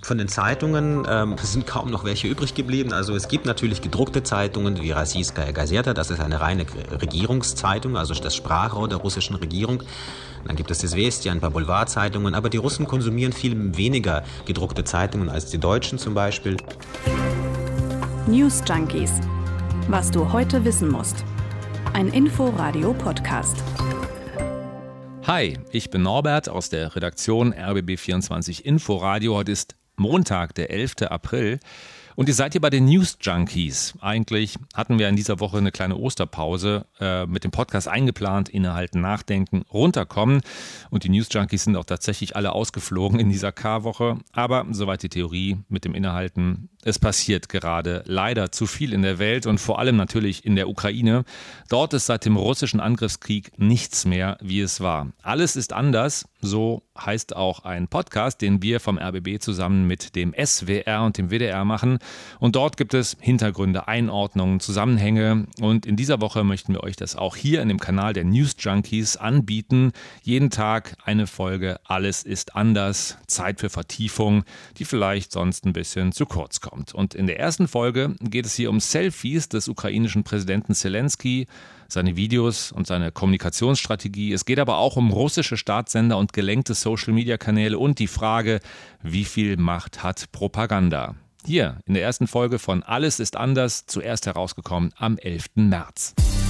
Von den Zeitungen sind kaum noch welche übrig geblieben. Also es gibt natürlich gedruckte Zeitungen wie Rossijskaja Gazeta, das ist eine reine Regierungszeitung, also das Sprachrohr der russischen Regierung. Dann gibt es Izvestia, ein paar Boulevardzeitungen, aber die Russen konsumieren viel weniger gedruckte Zeitungen als die Deutschen zum Beispiel. News Junkies. Was du heute wissen musst. Ein Info-Radio-Podcast. Hi, ich bin Norbert aus der Redaktion RBB24 Inforadio. Heute ist Montag, der 11. April. Und ihr seid hier bei den News Junkies. Eigentlich hatten wir in dieser Woche eine kleine Osterpause mit dem Podcast eingeplant, innehalten, nachdenken, runterkommen. Und die News Junkies sind auch tatsächlich alle ausgeflogen in dieser K-Woche. Aber soweit die Theorie mit dem Innehalten. Es passiert gerade leider zu viel in der Welt und vor allem natürlich in der Ukraine. Dort ist seit dem russischen Angriffskrieg nichts mehr, wie es war. Alles ist anders, so heißt auch ein Podcast, den wir vom RBB zusammen mit dem SWR und dem WDR machen. Und dort gibt es Hintergründe, Einordnungen, Zusammenhänge. Und in dieser Woche möchten wir euch das auch hier in dem Kanal der News Junkies anbieten. Jeden Tag eine Folge, alles ist anders, Zeit für Vertiefung, die vielleicht sonst ein bisschen zu kurz kommt. Und in der ersten Folge geht es hier um Selfies des ukrainischen Präsidenten Zelensky, seine Videos und seine Kommunikationsstrategie. Es geht aber auch um russische Staatssender und gelenkte Social-Media-Kanäle und die Frage, wie viel Macht hat Propaganda? Hier in der ersten Folge von Alles ist anders, zuerst herausgekommen am 11. März.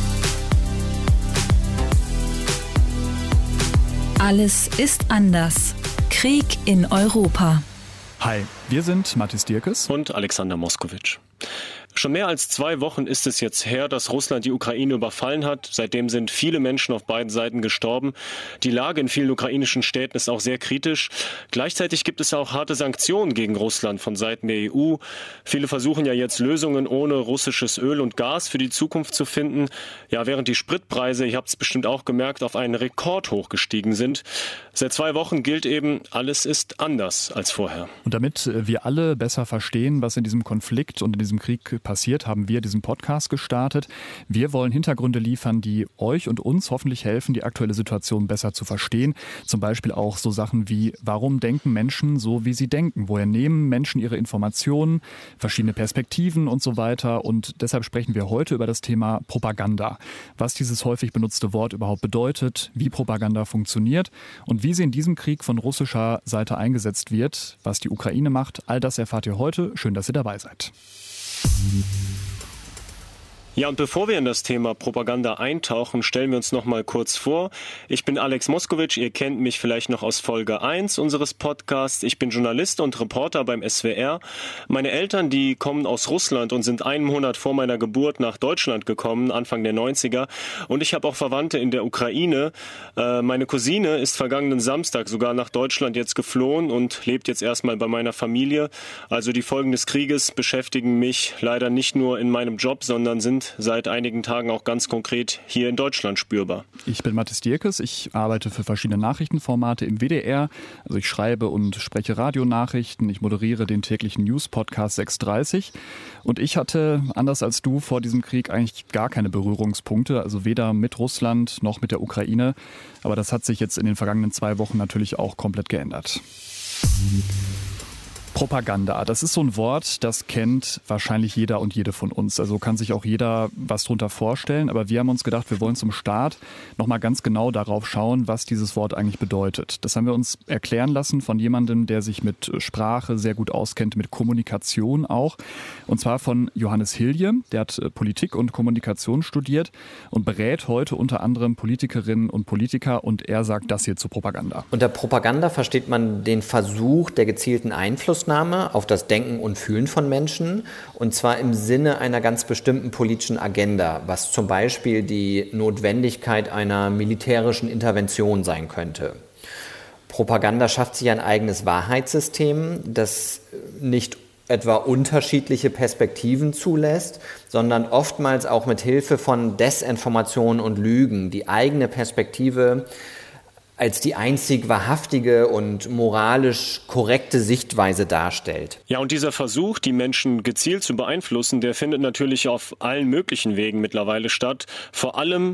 Alles ist anders. Krieg in Europa. Hi, wir sind Mathis Dierkes und Alexander Moskowitsch. Schon mehr als 2 Wochen ist es jetzt her, dass Russland die Ukraine überfallen hat. Seitdem sind viele Menschen auf beiden Seiten gestorben. Die Lage in vielen ukrainischen Städten ist auch sehr kritisch. Gleichzeitig gibt es auch harte Sanktionen gegen Russland von Seiten der EU. Viele versuchen ja jetzt Lösungen ohne russisches Öl und Gas für die Zukunft zu finden. Ja, während die Spritpreise, ihr habt es bestimmt auch gemerkt, auf einen Rekordhoch gestiegen sind. Seit 2 Wochen gilt eben, alles ist anders als vorher. Und damit wir alle besser verstehen, was in diesem Konflikt und in diesem Krieg passiert, haben wir diesen Podcast gestartet. Wir wollen Hintergründe liefern, die euch und uns hoffentlich helfen, die aktuelle Situation besser zu verstehen. Zum Beispiel auch so Sachen wie, warum denken Menschen so, wie sie denken? Woher nehmen Menschen ihre Informationen, verschiedene Perspektiven und so weiter? Und deshalb sprechen wir heute über das Thema Propaganda. Was dieses häufig benutzte Wort überhaupt bedeutet, wie Propaganda funktioniert und wie sie in diesem Krieg von russischer Seite eingesetzt wird, was die Ukraine macht. All das erfahrt ihr heute. Schön, dass ihr dabei seid. Ja, und bevor wir in das Thema Propaganda eintauchen, stellen wir uns noch mal kurz vor. Ich bin Alex Moskowitsch, ihr kennt mich vielleicht noch aus Folge 1 unseres Podcasts. Ich bin Journalist und Reporter beim SWR. Meine Eltern, die kommen aus Russland und sind einen Monat vor meiner Geburt nach Deutschland gekommen, Anfang der 90er. Und ich habe auch Verwandte in der Ukraine. Meine Cousine ist vergangenen Samstag sogar nach Deutschland jetzt geflohen und lebt jetzt erstmal bei meiner Familie. Also die Folgen des Krieges beschäftigen mich leider nicht nur in meinem Job, sondern sind seit einigen Tagen auch ganz konkret hier in Deutschland spürbar. Ich bin Mathis Dierkes, ich arbeite für verschiedene Nachrichtenformate im WDR. Also ich schreibe und spreche Radionachrichten, ich moderiere den täglichen News-Podcast 6:30. Und ich hatte, anders als du, vor diesem Krieg eigentlich gar keine Berührungspunkte, also weder mit Russland noch mit der Ukraine. Aber das hat sich jetzt in den vergangenen 2 Wochen natürlich auch komplett geändert. Propaganda, das ist so ein Wort, das kennt wahrscheinlich jeder und jede von uns. Also kann sich auch jeder was drunter vorstellen. Aber wir haben uns gedacht, wir wollen zum Start nochmal ganz genau darauf schauen, was dieses Wort eigentlich bedeutet. Das haben wir uns erklären lassen von jemandem, der sich mit Sprache sehr gut auskennt, mit Kommunikation auch. Und zwar von Johannes Hilje. Der hat Politik und Kommunikation studiert und berät heute unter anderem Politikerinnen und Politiker. Und er sagt das hier zu Propaganda. Unter Propaganda versteht man den Versuch der gezielten Einflussnahme auf das Denken und Fühlen von Menschen, und zwar im Sinne einer ganz bestimmten politischen Agenda, was zum Beispiel die Notwendigkeit einer militärischen Intervention sein könnte. Propaganda schafft sich ein eigenes Wahrheitssystem, das nicht etwa unterschiedliche Perspektiven zulässt, sondern oftmals auch mit Hilfe von Desinformation und Lügen die eigene Perspektive als die einzig wahrhaftige und moralisch korrekte Sichtweise darstellt. Ja, und dieser Versuch, die Menschen gezielt zu beeinflussen, der findet natürlich auf allen möglichen Wegen mittlerweile statt. Vor allem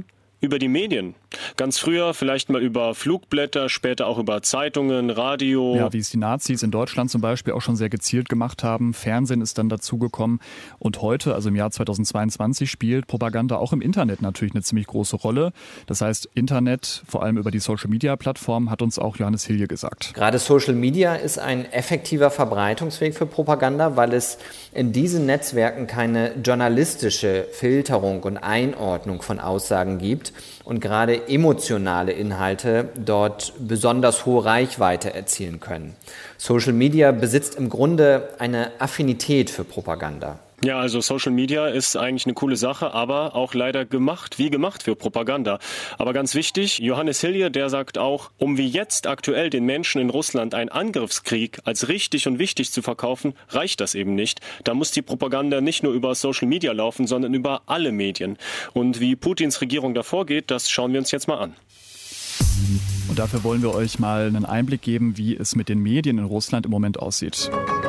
Über die Medien. Ganz früher vielleicht mal über Flugblätter, später auch über Zeitungen, Radio. Ja, wie es die Nazis in Deutschland zum Beispiel auch schon sehr gezielt gemacht haben. Fernsehen ist dann dazugekommen. Und heute, also im Jahr 2022, spielt Propaganda auch im Internet natürlich eine ziemlich große Rolle. Das heißt, Internet, vor allem über die Social-Media-Plattformen, hat uns auch Johannes Hilje gesagt. Gerade Social Media ist ein effektiver Verbreitungsweg für Propaganda, weil es in diesen Netzwerken keine journalistische Filterung und Einordnung von Aussagen gibt und gerade emotionale Inhalte dort besonders hohe Reichweite erzielen können. Social Media besitzt im Grunde eine Affinität für Propaganda. Ja, also Social Media ist eigentlich eine coole Sache, aber auch leider gemacht für Propaganda. Aber ganz wichtig, Johannes Hilje, der sagt auch, um wie jetzt aktuell den Menschen in Russland einen Angriffskrieg als richtig und wichtig zu verkaufen, reicht das eben nicht. Da muss die Propaganda nicht nur über Social Media laufen, sondern über alle Medien. Und wie Putins Regierung da vorgeht, das schauen wir uns jetzt mal an. Und dafür wollen wir euch mal einen Einblick geben, wie es mit den Medien in Russland im Moment aussieht.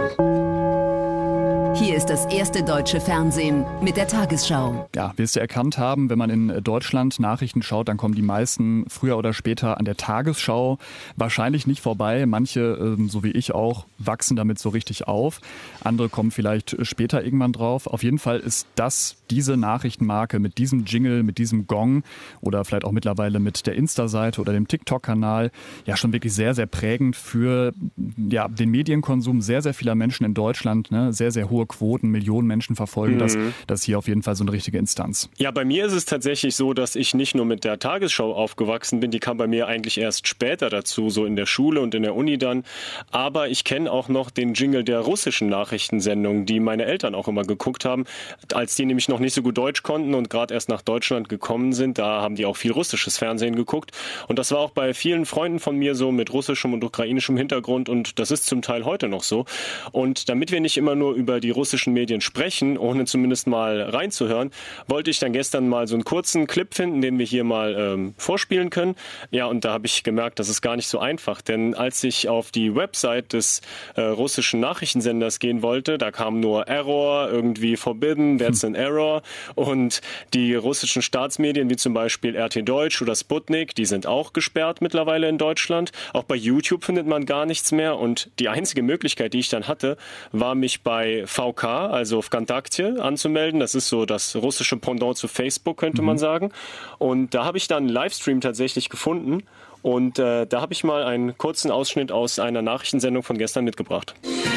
Hier ist das erste deutsche Fernsehen mit der Tagesschau. Ja, wirst du erkannt haben, wenn man in Deutschland Nachrichten schaut, dann kommen die meisten früher oder später an der Tagesschau wahrscheinlich nicht vorbei. Manche, so wie ich auch, wachsen damit so richtig auf. Andere kommen vielleicht später irgendwann drauf. Auf jeden Fall ist diese Nachrichtenmarke mit diesem Jingle, mit diesem Gong oder vielleicht auch mittlerweile mit der Insta-Seite oder dem TikTok-Kanal ja schon wirklich sehr, sehr prägend für den Medienkonsum sehr, sehr vieler Menschen in Deutschland. Ne? Sehr, sehr hohe Quoten, Millionen Menschen verfolgen das. Das ist hier auf jeden Fall so eine richtige Instanz. Ja, bei mir ist es tatsächlich so, dass ich nicht nur mit der Tagesschau aufgewachsen bin, die kam bei mir eigentlich erst später dazu, so in der Schule und in der Uni dann. Aber ich kenne auch noch den Jingle der russischen Nachrichtensendung, die meine Eltern auch immer geguckt haben, als die nämlich noch nicht so gut Deutsch konnten und gerade erst nach Deutschland gekommen sind. Da haben die auch viel russisches Fernsehen geguckt. Und das war auch bei vielen Freunden von mir so mit russischem und ukrainischem Hintergrund und das ist zum Teil heute noch so. Und damit wir nicht immer nur über die russischen Medien sprechen, ohne zumindest mal reinzuhören, wollte ich dann gestern mal so einen kurzen Clip finden, den wir hier mal vorspielen können. Ja, und da habe ich gemerkt, das ist gar nicht so einfach, denn als ich auf die Website des russischen Nachrichtensenders gehen wollte, da kam nur Error, irgendwie forbidden, that's an error und die russischen Staatsmedien wie zum Beispiel RT Deutsch oder Sputnik, die sind auch gesperrt mittlerweile in Deutschland. Auch bei YouTube findet man gar nichts mehr und die einzige Möglichkeit, die ich dann hatte, war mich bei VK, also Vkontakte, anzumelden. Das ist so das russische Pendant zu Facebook, könnte man sagen. Und da habe ich dann einen Livestream tatsächlich gefunden. Und da habe ich mal einen kurzen Ausschnitt aus einer Nachrichtensendung von gestern mitgebracht.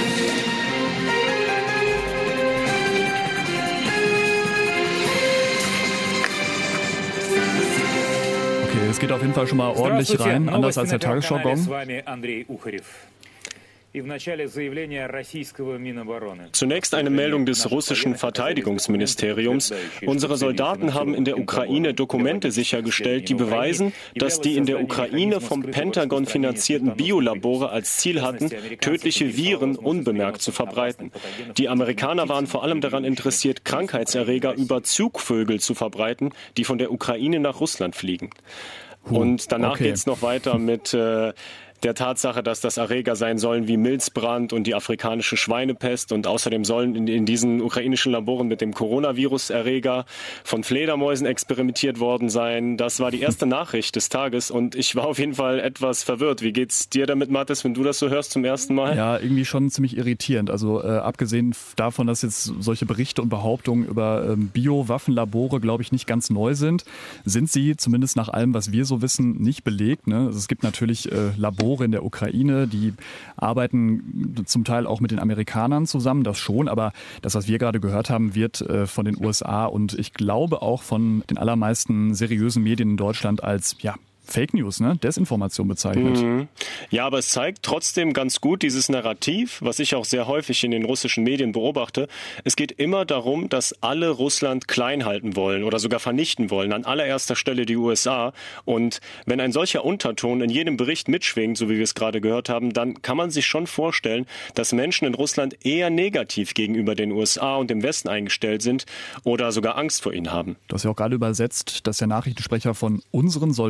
Okay, es geht auf jeden Fall schon mal ordentlich rein, anders als der Tagesschau-Gong. Zunächst eine Meldung des russischen Verteidigungsministeriums. Unsere Soldaten haben in der Ukraine Dokumente sichergestellt, die beweisen, dass die in der Ukraine vom Pentagon finanzierten Biolabore als Ziel hatten, tödliche Viren unbemerkt zu verbreiten. Die Amerikaner waren vor allem daran interessiert, Krankheitserreger über Zugvögel zu verbreiten, die von der Ukraine nach Russland fliegen. Und danach geht es noch weiter mit der Tatsache, dass das Erreger sein sollen wie Milzbrand und die afrikanische Schweinepest und außerdem sollen in diesen ukrainischen Laboren mit dem Coronavirus-Erreger von Fledermäusen experimentiert worden sein. Das war die erste Nachricht des Tages und ich war auf jeden Fall etwas verwirrt. Wie geht's dir damit, Mathis, wenn du das so hörst zum ersten Mal? Ja, irgendwie schon ziemlich irritierend. Also abgesehen davon, dass jetzt solche Berichte und Behauptungen über Bio-Waffenlabore, glaube ich, nicht ganz neu sind sie zumindest nach allem, was wir so wissen, nicht belegt. Ne? Also es gibt natürlich Labore in der Ukraine, die arbeiten zum Teil auch mit den Amerikanern zusammen, das schon, aber das, was wir gerade gehört haben, wird von den USA und ich glaube auch von den allermeisten seriösen Medien in Deutschland als Fake News, ne? Desinformation bezeichnet. Ja, aber es zeigt trotzdem ganz gut dieses Narrativ, was ich auch sehr häufig in den russischen Medien beobachte. Es geht immer darum, dass alle Russland klein halten wollen oder sogar vernichten wollen. An allererster Stelle die USA. Und wenn ein solcher Unterton in jedem Bericht mitschwingt, so wie wir es gerade gehört haben, dann kann man sich schon vorstellen, dass Menschen in Russland eher negativ gegenüber den USA und dem Westen eingestellt sind oder sogar Angst vor ihnen haben. Du hast ja auch gerade übersetzt, dass der Nachrichtensprecher von unseren Soldaten gesprochen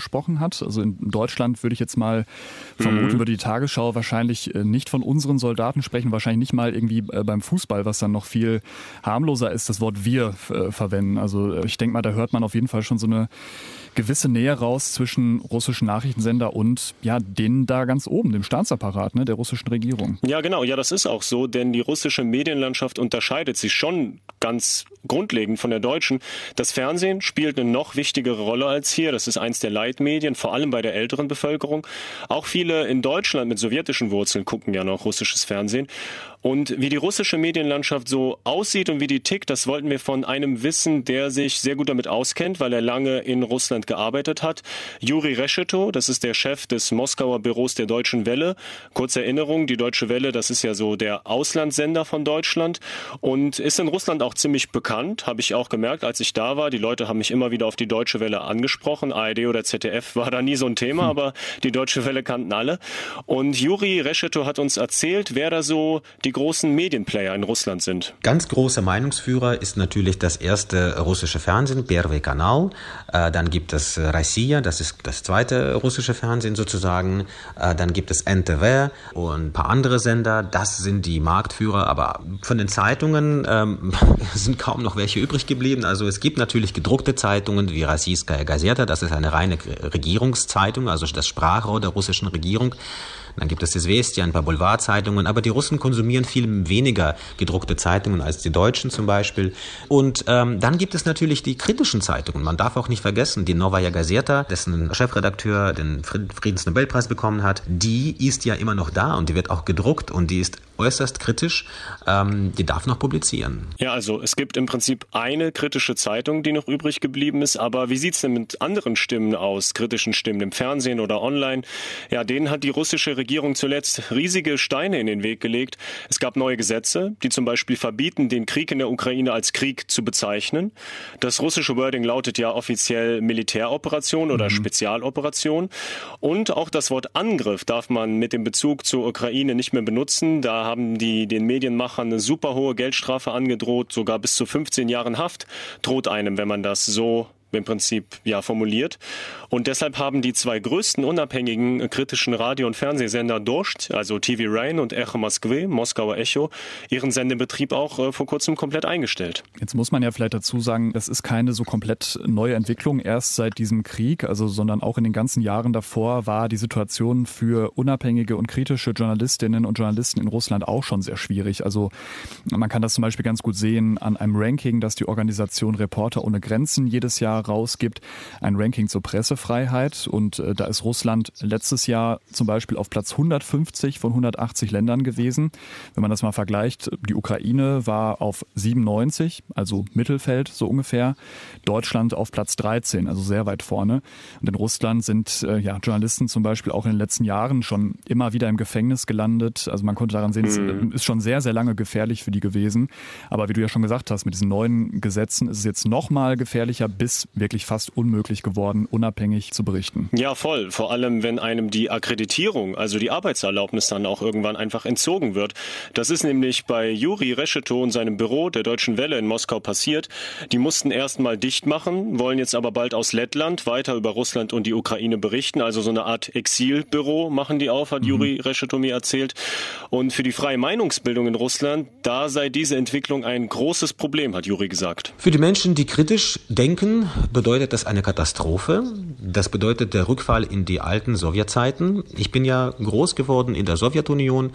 gesprochen hat. Also in Deutschland würde ich jetzt mal vermuten, würde die Tagesschau wahrscheinlich nicht von unseren Soldaten sprechen, wahrscheinlich nicht mal irgendwie beim Fußball, was dann noch viel harmloser ist, das Wort wir verwenden. Also ich denke mal, da hört man auf jeden Fall schon so eine gewisse Nähe raus zwischen russischen Nachrichtensender und ja, denen da ganz oben, dem Staatsapparat, ne, der russischen Regierung. Ja, genau. Ja, das ist auch so, denn die russische Medienlandschaft unterscheidet sich schon ganz grundlegend von der deutschen. Das Fernsehen spielt eine noch wichtigere Rolle als hier. Das ist eins der Leitmedien, vor allem bei der älteren Bevölkerung. Auch viele in Deutschland mit sowjetischen Wurzeln gucken ja noch russisches Fernsehen. Und wie die russische Medienlandschaft so aussieht und wie die tickt, das wollten wir von einem wissen, der sich sehr gut damit auskennt, weil er lange in Russland gearbeitet hat. Juri Reshetto, das ist der Chef des Moskauer Büros der Deutschen Welle. Kurze Erinnerung, die Deutsche Welle, das ist ja so der Auslandssender von Deutschland und ist in Russland auch ziemlich bekannt, habe ich auch gemerkt, als ich da war. Die Leute haben mich immer wieder auf die Deutsche Welle angesprochen. ARD oder ZDF war da nie so ein Thema, aber die Deutsche Welle kannten alle. Und Juri Reshetto hat uns erzählt, wer da so die großen Medienplayer in Russland sind. Ganz großer Meinungsführer ist natürlich das erste russische Fernsehen, Первый Kanal. Dann gibt es Россия, das ist das zweite russische Fernsehen sozusagen. Dann gibt es NTV und ein paar andere Sender. Das sind die Marktführer. Aber von den Zeitungen sind kaum noch welche übrig geblieben. Also es gibt natürlich gedruckte Zeitungen wie Российская Газета. Das ist eine reine Regierungszeitung, also das Sprachrohr der russischen Regierung. Dann gibt es Izvestia, ein paar Boulevardzeitungen, aber die Russen konsumieren viel weniger gedruckte Zeitungen als die Deutschen zum Beispiel. Und dann gibt es natürlich die kritischen Zeitungen. Man darf auch nicht vergessen, die Novaya Gazeta, dessen Chefredakteur den Friedensnobelpreis bekommen hat, die ist ja immer noch da und die wird auch gedruckt und die ist äußerst kritisch. Die darf noch publizieren. Ja, also es gibt im Prinzip eine kritische Zeitung, die noch übrig geblieben ist, aber wie sieht's denn mit anderen Stimmen aus, kritischen Stimmen im Fernsehen oder online? Ja, denen hat die russische Regierung zuletzt riesige Steine in den Weg gelegt. Es gab neue Gesetze, die zum Beispiel verbieten, den Krieg in der Ukraine als Krieg zu bezeichnen. Das russische Wording lautet ja offiziell Militäroperation oder Spezialoperation. Und auch das Wort Angriff darf man mit dem Bezug zur Ukraine nicht mehr benutzen. Da haben die den Medienmachern eine super hohe Geldstrafe angedroht, sogar bis zu 15 Jahren Haft droht einem, wenn man das so im Prinzip formuliert. Und deshalb haben die zwei größten unabhängigen kritischen Radio- und Fernsehsender Dost, also TV Rain und Echo Moskwy, Moskauer Echo, ihren Sendebetrieb auch vor kurzem komplett eingestellt. Jetzt muss man ja vielleicht dazu sagen, das ist keine so komplett neue Entwicklung erst seit diesem Krieg, sondern auch in den ganzen Jahren davor war die Situation für unabhängige und kritische Journalistinnen und Journalisten in Russland auch schon sehr schwierig. Also man kann das zum Beispiel ganz gut sehen an einem Ranking, das die Organisation Reporter ohne Grenzen jedes Jahr rausgibt, ein Ranking zur Pressefreiheit, und da ist Russland letztes Jahr zum Beispiel auf Platz 150 von 180 Ländern gewesen. Wenn man das mal vergleicht, die Ukraine war auf 97, also Mittelfeld so ungefähr, Deutschland auf Platz 13, also sehr weit vorne. Und in Russland sind Journalisten zum Beispiel auch in den letzten Jahren schon immer wieder im Gefängnis gelandet. Also man konnte daran sehen, es ist schon sehr, sehr lange gefährlich für die gewesen. Aber wie du ja schon gesagt hast, mit diesen neuen Gesetzen ist es jetzt noch mal gefährlicher, bis wirklich fast unmöglich geworden, unabhängig zu berichten. Ja, voll. Vor allem, wenn einem die Akkreditierung, also die Arbeitserlaubnis dann auch irgendwann einfach entzogen wird. Das ist nämlich bei Juri Reshetto und seinem Büro der Deutschen Welle in Moskau passiert. Die mussten erst mal dicht machen, wollen jetzt aber bald aus Lettland weiter über Russland und die Ukraine berichten. Also so eine Art Exilbüro machen die auf, hat Juri Reshetto mir erzählt. Und für die freie Meinungsbildung in Russland, da sei diese Entwicklung ein großes Problem, hat Juri gesagt. Für die Menschen, die kritisch denken, bedeutet das eine Katastrophe. Das bedeutet der Rückfall in die alten Sowjetzeiten. Ich bin ja groß geworden in der Sowjetunion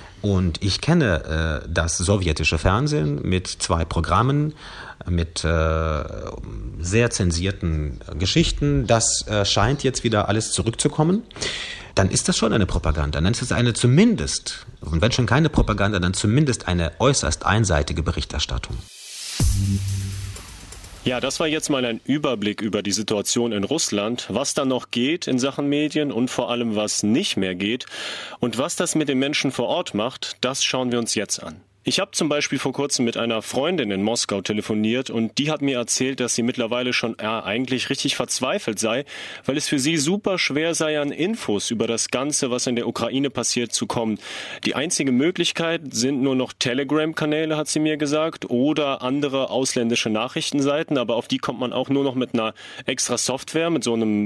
und ich kenne das sowjetische Fernsehen mit 2 Programmen, mit sehr zensierten Geschichten. Das scheint jetzt wieder alles zurückzukommen. Dann ist das schon eine Propaganda. Dann ist es eine zumindest, und wenn schon keine Propaganda, dann zumindest eine äußerst einseitige Berichterstattung. Ja, das war jetzt mal ein Überblick über die Situation in Russland, was da noch geht in Sachen Medien und vor allem was nicht mehr geht. Und was das mit den Menschen vor Ort macht, das schauen wir uns jetzt an. Ich habe zum Beispiel vor kurzem mit einer Freundin in Moskau telefoniert und die hat mir erzählt, dass sie mittlerweile schon eigentlich richtig verzweifelt sei, weil es für sie super schwer sei, an Infos über das Ganze, was in der Ukraine passiert, zu kommen. Die einzige Möglichkeit sind nur noch Telegram-Kanäle, hat sie mir gesagt, oder andere ausländische Nachrichtenseiten, aber auf die kommt man auch nur noch mit einer extra Software, mit so einem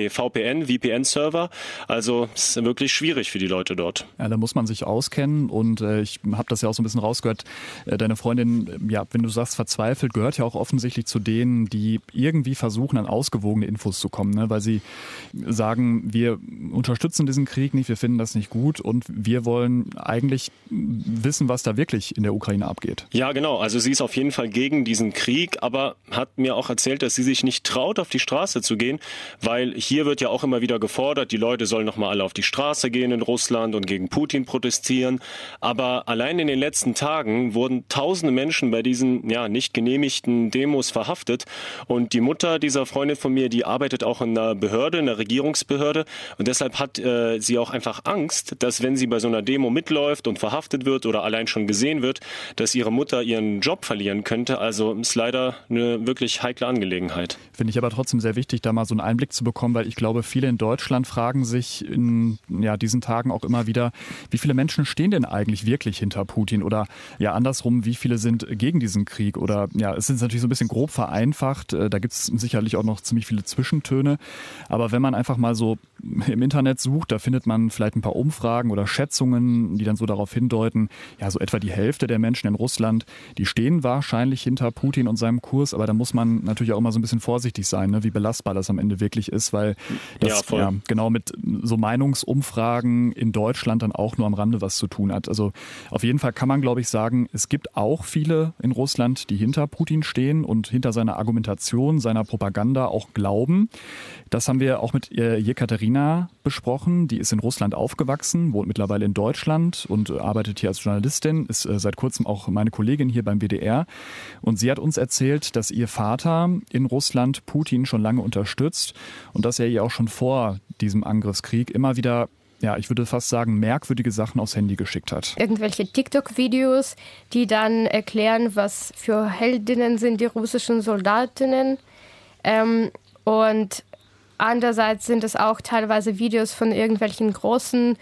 VPN-Server. Also es ist wirklich schwierig für die Leute dort. Ja, da muss man sich auskennen und ich habe das ja auch so ein bisschen rausgehört. Deine Freundin, ja, wenn du sagst verzweifelt, gehört ja auch offensichtlich zu denen, die irgendwie versuchen, an ausgewogene Infos zu kommen, ne? Weil sie sagen, wir unterstützen diesen Krieg nicht, wir finden das nicht gut und wir wollen eigentlich wissen, was da wirklich in der Ukraine abgeht. Ja, genau. Also sie ist auf jeden Fall gegen diesen Krieg, aber hat mir auch erzählt, dass sie sich nicht traut, auf die Straße zu gehen, weil hier wird ja auch immer wieder gefordert, die Leute sollen nochmal alle auf die Straße gehen in Russland und gegen Putin protestieren. Aber allein in den letzten Tagen wurden tausende Menschen bei diesen nicht genehmigten Demos verhaftet. Und die Mutter dieser Freundin von mir, die arbeitet auch in einer Behörde, in einer Regierungsbehörde. Und deshalb hat sie auch einfach Angst, dass wenn sie bei so einer Demo mitläuft und verhaftet wird oder allein schon gesehen wird, dass ihre Mutter ihren Job verlieren könnte. Also ist leider eine wirklich heikle Angelegenheit. Finde ich aber trotzdem sehr wichtig, da mal so einen Einblick zu bekommen, weil ich glaube, viele in Deutschland fragen sich in diesen Tagen auch immer wieder, wie viele Menschen stehen denn eigentlich wirklich hinter Putin oder andersrum, wie viele sind gegen diesen Krieg oder es ist natürlich so ein bisschen grob vereinfacht, da gibt es sicherlich auch noch ziemlich viele Zwischentöne, aber wenn man einfach mal so im Internet sucht, da findet man vielleicht ein paar Umfragen oder Schätzungen, die dann so darauf hindeuten, so etwa die Hälfte der Menschen in Russland, die stehen wahrscheinlich hinter Putin und seinem Kurs, aber da muss man natürlich auch immer so ein bisschen vorsichtig sein, ne, wie belastbar das am Ende wirklich ist, weil das genau mit so Meinungsumfragen in Deutschland dann auch nur am Rande was zu tun hat. Also auf jeden Fall kann man, glaube ich, sagen, es gibt auch viele in Russland, die hinter Putin stehen und hinter seiner Argumentation, seiner Propaganda auch glauben. Das haben wir auch mit Jekaterina besprochen. Die ist in Russland aufgewachsen, wohnt mittlerweile in Deutschland und arbeitet hier als Journalistin, ist seit kurzem auch meine Kollegin hier beim WDR. Und sie hat uns erzählt, dass ihr Vater in Russland Putin schon lange unterstützt und dass er ihr auch schon vor diesem Angriffskrieg immer wieder, ich würde fast sagen, merkwürdige Sachen aufs Handy geschickt hat. Irgendwelche TikTok-Videos, die dann erklären, was für Heldinnen sind die russischen Soldatinnen. Und andererseits sind es auch teilweise Videos von irgendwelchen großen,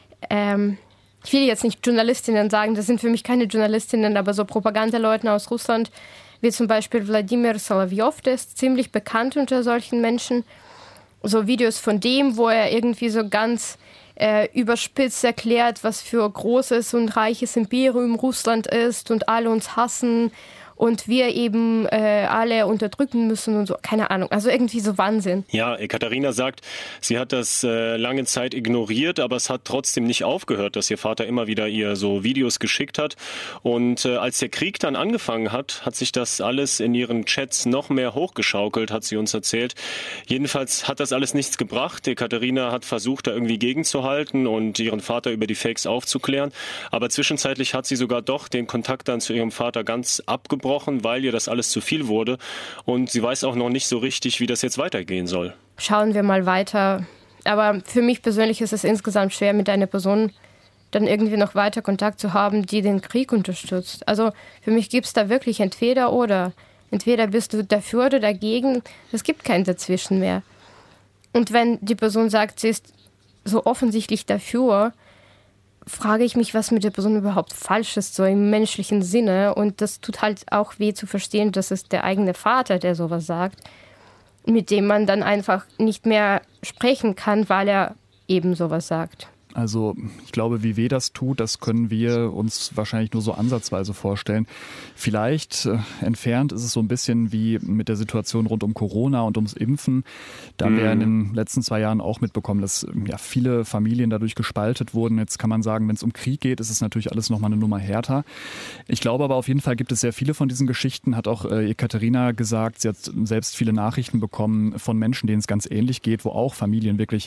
ich will jetzt nicht Journalistinnen sagen, das sind für mich keine Journalistinnen, aber so Propagandaleuten aus Russland, wie zum Beispiel Wladimir Solowjow, der ist ziemlich bekannt unter solchen Menschen. So Videos von dem, wo er irgendwie so ganz überspitzt erklärt, was für großes und reiches Imperium Russland ist und alle uns hassen und wir eben alle unterdrücken müssen und so, keine Ahnung, also irgendwie so Wahnsinn. Ja, Ekaterina sagt, sie hat das lange Zeit ignoriert, aber es hat trotzdem nicht aufgehört, dass ihr Vater immer wieder ihr so Videos geschickt hat und als der Krieg dann angefangen hat, hat sich das alles in ihren Chats noch mehr hochgeschaukelt, hat sie uns erzählt. Jedenfalls hat das alles nichts gebracht. Ekaterina hat versucht, da irgendwie gegenzuhalten und ihren Vater über die Fakes aufzuklären, aber zwischenzeitlich hat sie sogar doch den Kontakt dann zu ihrem Vater ganz abgebrochen, weil ihr das alles zu viel wurde und sie weiß auch noch nicht so richtig, wie das jetzt weitergehen soll. Schauen wir mal weiter. Aber für mich persönlich ist es insgesamt schwer, mit einer Person dann irgendwie noch weiter Kontakt zu haben, die den Krieg unterstützt. Also für mich gibt es da wirklich entweder oder. Entweder bist du dafür oder dagegen. Es gibt kein Dazwischen mehr. Und wenn die Person sagt, sie ist so offensichtlich dafür, frage ich mich, was mit der Person überhaupt falsch ist, so im menschlichen Sinne. Und das tut halt auch weh zu verstehen, dass es der eigene Vater, der sowas sagt, mit dem man dann einfach nicht mehr sprechen kann, weil er eben sowas sagt. Also ich glaube, wie weh das tut, das können wir uns wahrscheinlich nur so ansatzweise vorstellen. Vielleicht entfernt ist es so ein bisschen wie mit der Situation rund um Corona und ums Impfen. Da haben wir in den letzten 2 Jahren auch mitbekommen, dass viele Familien dadurch gespaltet wurden. Jetzt kann man sagen, wenn es um Krieg geht, ist es natürlich alles nochmal eine Nummer härter. Ich glaube aber auf jeden Fall gibt es sehr viele von diesen Geschichten, hat auch Ekaterina gesagt. Sie hat selbst viele Nachrichten bekommen von Menschen, denen es ganz ähnlich geht, wo auch Familien wirklich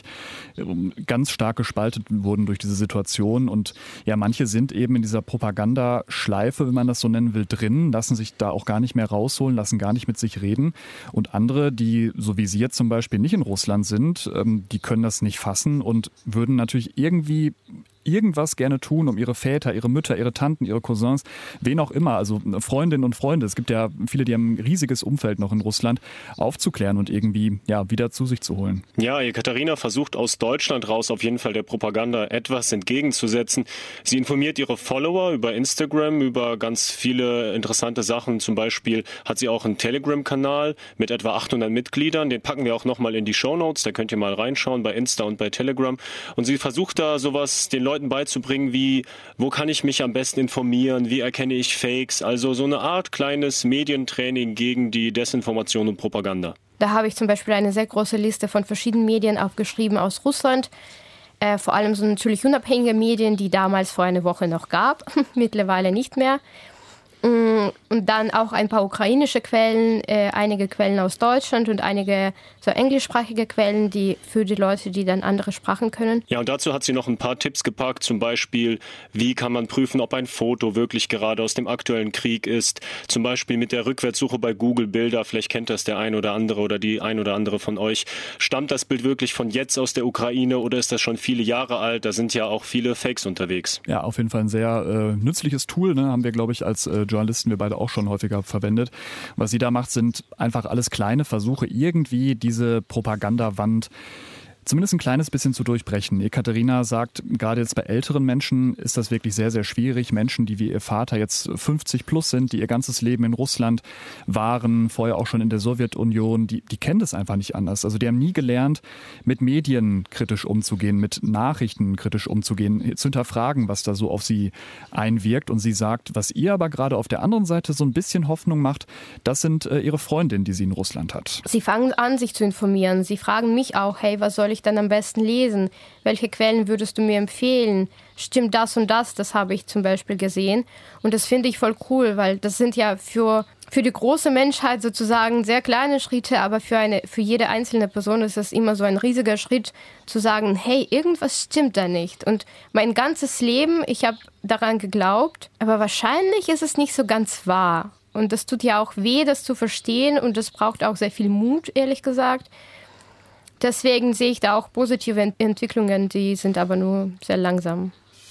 ganz stark gespalten wurden durch diese Situation und manche sind eben in dieser Propagandaschleife, wenn man das so nennen will, drin, lassen sich da auch gar nicht mehr rausholen, lassen gar nicht mit sich reden und andere, die so wie Sie jetzt zum Beispiel nicht in Russland sind, die können das nicht fassen und würden natürlich irgendwie irgendwas gerne tun, um ihre Väter, ihre Mütter, ihre Tanten, ihre Cousins, wen auch immer, also Freundinnen und Freunde, es gibt ja viele, die haben ein riesiges Umfeld noch in Russland, aufzuklären und irgendwie wieder zu sich zu holen. Ja, Ekaterina versucht aus Deutschland raus auf jeden Fall der Propaganda etwas entgegenzusetzen. Sie informiert ihre Follower über Instagram, über ganz viele interessante Sachen. Zum Beispiel hat sie auch einen Telegram-Kanal mit etwa 800 Mitgliedern. Den packen wir auch nochmal in die Shownotes. Da könnt ihr mal reinschauen bei Insta und bei Telegram. Und sie versucht da sowas den Leuten beizubringen wie, wo kann ich mich am besten informieren? Wie erkenne ich Fakes? Also so eine Art kleines Medientraining gegen die Desinformation und Propaganda. Da habe ich zum Beispiel eine sehr große Liste von verschiedenen Medien aufgeschrieben aus Russland. Vor allem so natürlich unabhängige Medien, die damals vor einer Woche noch gab, mittlerweile nicht mehr. Und dann auch ein paar ukrainische Quellen, einige Quellen aus Deutschland und einige so englischsprachige Quellen, die für die Leute, die dann andere Sprachen können. Ja, und dazu hat sie noch ein paar Tipps gepackt, zum Beispiel, wie kann man prüfen, ob ein Foto wirklich gerade aus dem aktuellen Krieg ist. Zum Beispiel mit der Rückwärtssuche bei Google Bilder, vielleicht kennt das der ein oder andere oder die ein oder andere von euch. Stammt das Bild wirklich von jetzt aus der Ukraine oder ist das schon viele Jahre alt? Da sind ja auch viele Fakes unterwegs. Ja, auf jeden Fall ein sehr nützliches Tool, ne? Haben wir, glaube ich, als Journalisten wir beide auch schon häufiger verwendet. Was sie da macht, sind einfach alles kleine Versuche, irgendwie diese Propagandawand zumindest ein kleines bisschen zu durchbrechen. Ekaterina sagt, gerade jetzt bei älteren Menschen ist das wirklich sehr, sehr schwierig. Menschen, die wie ihr Vater jetzt 50 plus sind, die ihr ganzes Leben in Russland waren, vorher auch schon in der Sowjetunion, die kennen das einfach nicht anders. Also die haben nie gelernt, mit Medien kritisch umzugehen, mit Nachrichten kritisch umzugehen, zu hinterfragen, was da so auf sie einwirkt. Und sie sagt, was ihr aber gerade auf der anderen Seite so ein bisschen Hoffnung macht, das sind ihre Freundinnen, die sie in Russland hat. Sie fangen an, sich zu informieren. Sie fragen mich auch, hey, was soll ich dann am besten lesen? Welche Quellen würdest du mir empfehlen? Stimmt das und das habe ich zum Beispiel gesehen. Und das finde ich voll cool, weil das sind ja für die große Menschheit sozusagen sehr kleine Schritte, aber für jede einzelne Person ist es immer so ein riesiger Schritt zu sagen, hey, irgendwas stimmt da nicht. Und mein ganzes Leben, ich habe daran geglaubt, aber wahrscheinlich ist es nicht so ganz wahr. Und das tut ja auch weh, das zu verstehen und das braucht auch sehr viel Mut, ehrlich gesagt. Deswegen sehe ich da auch positive Entwicklungen, die sind aber nur sehr langsam.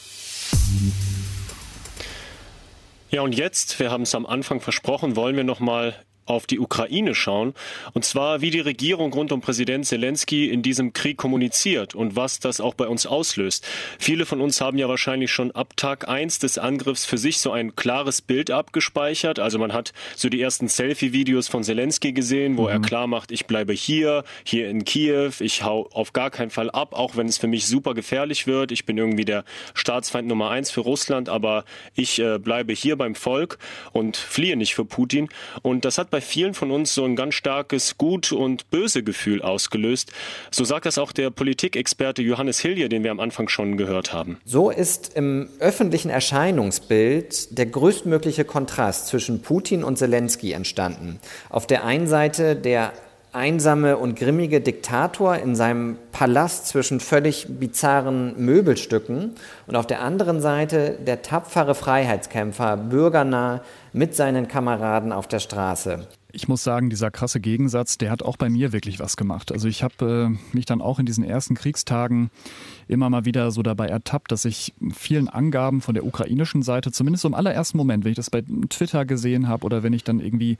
Ja, und jetzt, wir haben es am Anfang versprochen, wollen wir noch mal auf die Ukraine schauen. Und zwar, wie die Regierung rund um Präsident Zelensky in diesem Krieg kommuniziert und was das auch bei uns auslöst. Viele von uns haben ja wahrscheinlich schon ab Tag 1 des Angriffs für sich so ein klares Bild abgespeichert. Also man hat so die ersten Selfie-Videos von Zelensky gesehen, wo er klar macht, ich bleibe hier in Kiew, ich hau auf gar keinen Fall ab, auch wenn es für mich super gefährlich wird. Ich bin irgendwie der Staatsfeind Nummer 1 für Russland, aber ich bleibe hier beim Volk und fliehe nicht für Putin. Und das hat bei vielen von uns so ein ganz starkes Gut- und Böse-Gefühl ausgelöst. So sagt das auch der Politikexperte Johannes Hilje, den wir am Anfang schon gehört haben. So ist im öffentlichen Erscheinungsbild der größtmögliche Kontrast zwischen Putin und Zelensky entstanden. Auf der einen Seite der einsame und grimmige Diktator in seinem Palast zwischen völlig bizarren Möbelstücken und auf der anderen Seite der tapfere Freiheitskämpfer, bürgernah mit seinen Kameraden auf der Straße. Ich muss sagen, dieser krasse Gegensatz, der hat auch bei mir wirklich was gemacht. Also ich habe mich dann auch in diesen ersten Kriegstagen immer mal wieder so dabei ertappt, dass ich vielen Angaben von der ukrainischen Seite, zumindest so im allerersten Moment, wenn ich das bei Twitter gesehen habe oder wenn ich dann irgendwie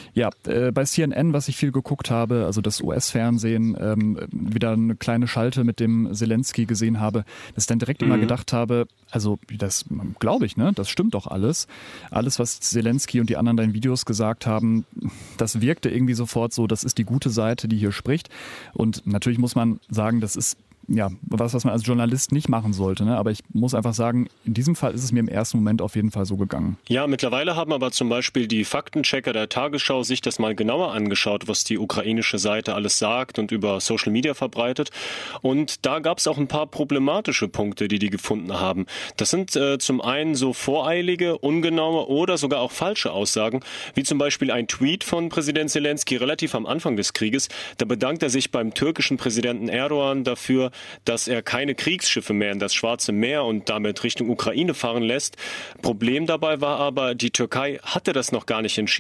bei CNN, was ich viel geguckt habe, also das US-Fernsehen, wieder eine kleine Schalte mit dem Zelensky gesehen habe, dass ich dann direkt immer gedacht habe, also das glaube ich, ne, das stimmt doch alles. Alles, was Zelensky und die anderen da in Videos gesagt haben, das wirkte irgendwie sofort so, das ist die gute Seite, die hier spricht. Und natürlich muss man sagen, das ist was man als Journalist nicht machen sollte. Ne? Aber ich muss einfach sagen, in diesem Fall ist es mir im ersten Moment auf jeden Fall so gegangen. Ja, mittlerweile haben aber zum Beispiel die Faktenchecker der Tagesschau sich das mal genauer angeschaut, was die ukrainische Seite alles sagt und über Social Media verbreitet. Und da gab es auch ein paar problematische Punkte, die gefunden haben. Das sind zum einen so voreilige, ungenaue oder sogar auch falsche Aussagen, wie zum Beispiel ein Tweet von Präsident Zelensky relativ am Anfang des Krieges. Da bedankt er sich beim türkischen Präsidenten Erdogan dafür, dass er keine Kriegsschiffe mehr in das Schwarze Meer und damit Richtung Ukraine fahren lässt. Problem dabei war aber, die Türkei hatte das noch gar nicht entschieden.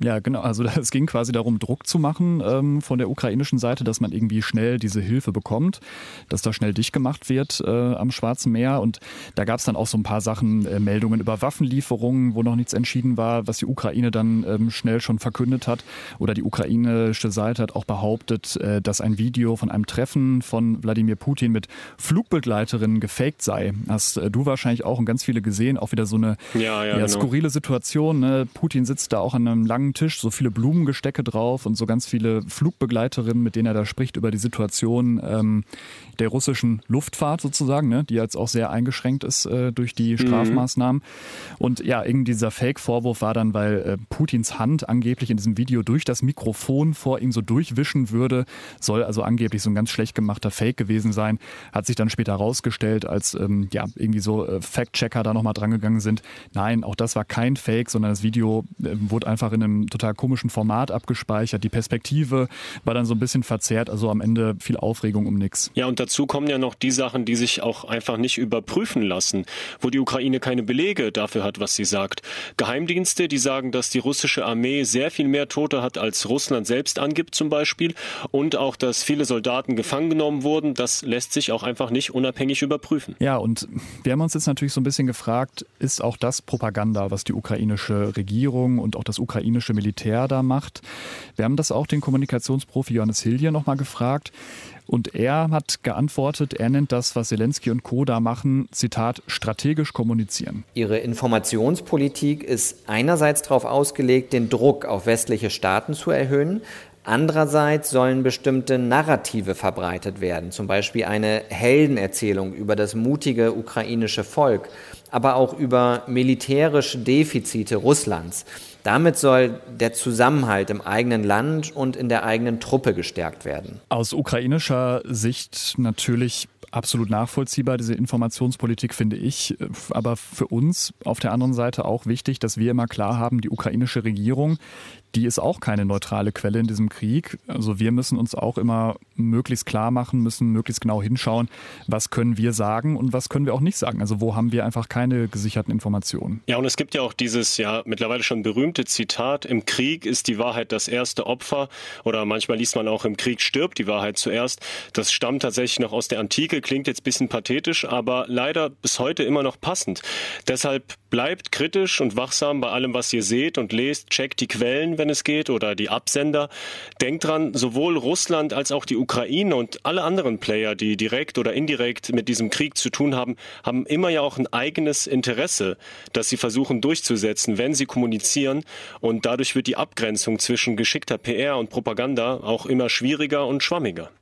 Ja, genau. Also es ging quasi darum, Druck zu machen von der ukrainischen Seite, dass man irgendwie schnell diese Hilfe bekommt, dass da schnell dicht gemacht wird am Schwarzen Meer. Und da gab es dann auch so ein paar Sachen, Meldungen über Waffenlieferungen, wo noch nichts entschieden war, was die Ukraine dann schnell schon verkündet hat. Oder die ukrainische Seite hat auch behauptet, dass ein Video von einem Treffen von Wladimir Putin mit Flugbegleiterinnen gefaked sei. Hast du wahrscheinlich auch und ganz viele gesehen. Auch wieder so eine genau. Skurrile Situation. Ne? Putin sitzt da auch an einem langen Tisch, so viele Blumengestecke drauf und so ganz viele Flugbegleiterinnen, mit denen er da spricht über die Situation der russischen Luftfahrt sozusagen, ne? Die jetzt auch sehr eingeschränkt ist durch die Strafmaßnahmen. Und ja, irgendwie dieser Fake-Vorwurf war dann, weil Putins Hand angeblich in diesem Video durch das Mikrofon vor ihm so durchwischen würde, soll also angeblich so ein ganz schlecht gemachter Fake gewesen sein. Hat sich dann später herausgestellt, als irgendwie so Fact-Checker da nochmal drangegangen sind. Nein, auch das war kein Fake, sondern das Video wurde einfach in einem total komischen Format abgespeichert. Die Perspektive war dann so ein bisschen verzerrt, also am Ende viel Aufregung um nichts. Ja, und dazu kommen ja noch die Sachen, die sich auch einfach nicht überprüfen lassen, wo die Ukraine keine Belege dafür hat, was sie sagt. Geheimdienste, die sagen, dass die russische Armee sehr viel mehr Tote hat, als Russland selbst angibt zum Beispiel, und auch, dass viele Soldaten gefangen genommen wurden. Das lässt sich auch einfach nicht unabhängig überprüfen. Ja, und wir haben uns jetzt natürlich so ein bisschen gefragt, ist auch das Propaganda, was die ukrainische Regierung und auch das ukrainische Militär da macht? Wir haben das auch den Kommunikationsprofi Johannes Hillier nochmal gefragt. Und er hat geantwortet, er nennt das, was Zelensky und Co. da machen, Zitat, strategisch kommunizieren. Ihre Informationspolitik ist einerseits darauf ausgelegt, den Druck auf westliche Staaten zu erhöhen. Andererseits sollen bestimmte Narrative verbreitet werden, zum Beispiel eine Heldenerzählung über das mutige ukrainische Volk, aber auch über militärische Defizite Russlands. Damit soll der Zusammenhalt im eigenen Land und in der eigenen Truppe gestärkt werden. Aus ukrainischer Sicht natürlich absolut nachvollziehbar, diese Informationspolitik, finde ich. Aber für uns auf der anderen Seite auch wichtig, dass wir immer klar haben, die ukrainische Regierung, die ist auch keine neutrale Quelle in diesem Krieg. Also wir müssen uns auch immer möglichst klar machen, müssen möglichst genau hinschauen, was können wir sagen und was können wir auch nicht sagen. Also wo haben wir einfach keine gesicherten Informationen. Ja, und es gibt ja auch dieses mittlerweile schon berühmte Zitat, im Krieg ist die Wahrheit das erste Opfer, oder manchmal liest man auch, im Krieg stirbt die Wahrheit zuerst. Das stammt tatsächlich noch aus der Antike, klingt jetzt ein bisschen pathetisch, aber leider bis heute immer noch passend. Deshalb bleibt kritisch und wachsam bei allem, was ihr seht und lest, checkt die Quellen, wenn es geht, oder die Absender. Denkt dran, sowohl Russland als auch die Ukraine und alle anderen Player, die direkt oder indirekt mit diesem Krieg zu tun haben, haben immer ja auch ein eigenes Interesse, das sie versuchen durchzusetzen, wenn sie kommunizieren. Und dadurch wird die Abgrenzung zwischen geschickter PR und Propaganda auch immer schwieriger und schwammiger.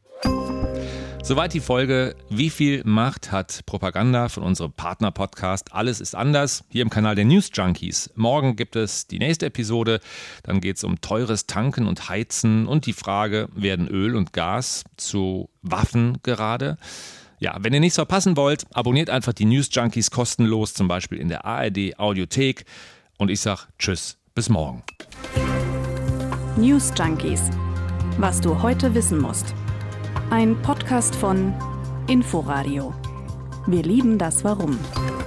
Soweit die Folge Wie viel Macht hat Propaganda von unserem Partner-Podcast Alles ist anders, hier im Kanal der News Junkies. Morgen gibt es die nächste Episode, dann geht es um teures Tanken und Heizen und die Frage, werden Öl und Gas zu Waffen gerade? Ja, wenn ihr nichts verpassen wollt, abonniert einfach die News Junkies kostenlos, zum Beispiel in der ARD Audiothek. Und ich sag Tschüss, bis morgen. News Junkies. Was du heute wissen musst. Ein Podcast von Inforadio. Wir lieben das Warum.